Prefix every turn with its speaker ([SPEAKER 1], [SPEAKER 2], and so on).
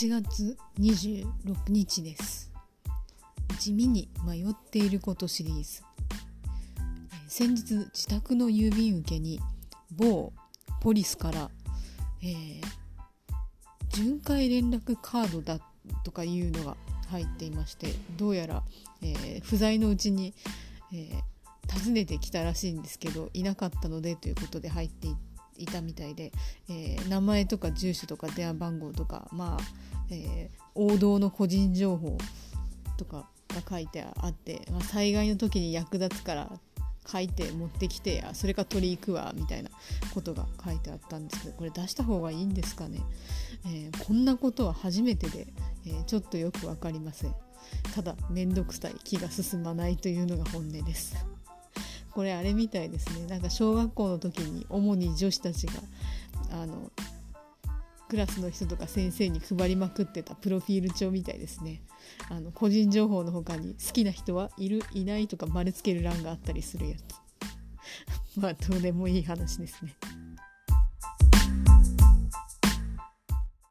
[SPEAKER 1] 8月26日です。地味に迷っていることシリーズ。先日自宅の郵便受けに某ポリスから、巡回連絡カードだとかいうのが入っていまして、どうやら、不在のうちに、訪ねてきたらしいんですけど、いなかったのでということで入っていたみたいで、名前とか住所とか電話番号とか、王道の個人情報とかが書いてあって、災害の時に役立つから書いて持ってきてや、それか取り行くわみたいなことが書いてあったんですけど、これ出した方がいいんですかね。こんなことは初めてで、ちょっとよく分かりません。ただめんどくさい、気が進まないというのが本音です。これあれみたいですね。なんか小学校の時に主に女子たちがクラスの人とか先生に配りまくってたプロフィール帳みたいですね。個人情報の他に好きな人はいるいないとか丸つける欄があったりするやつ。どうでもいい話ですね。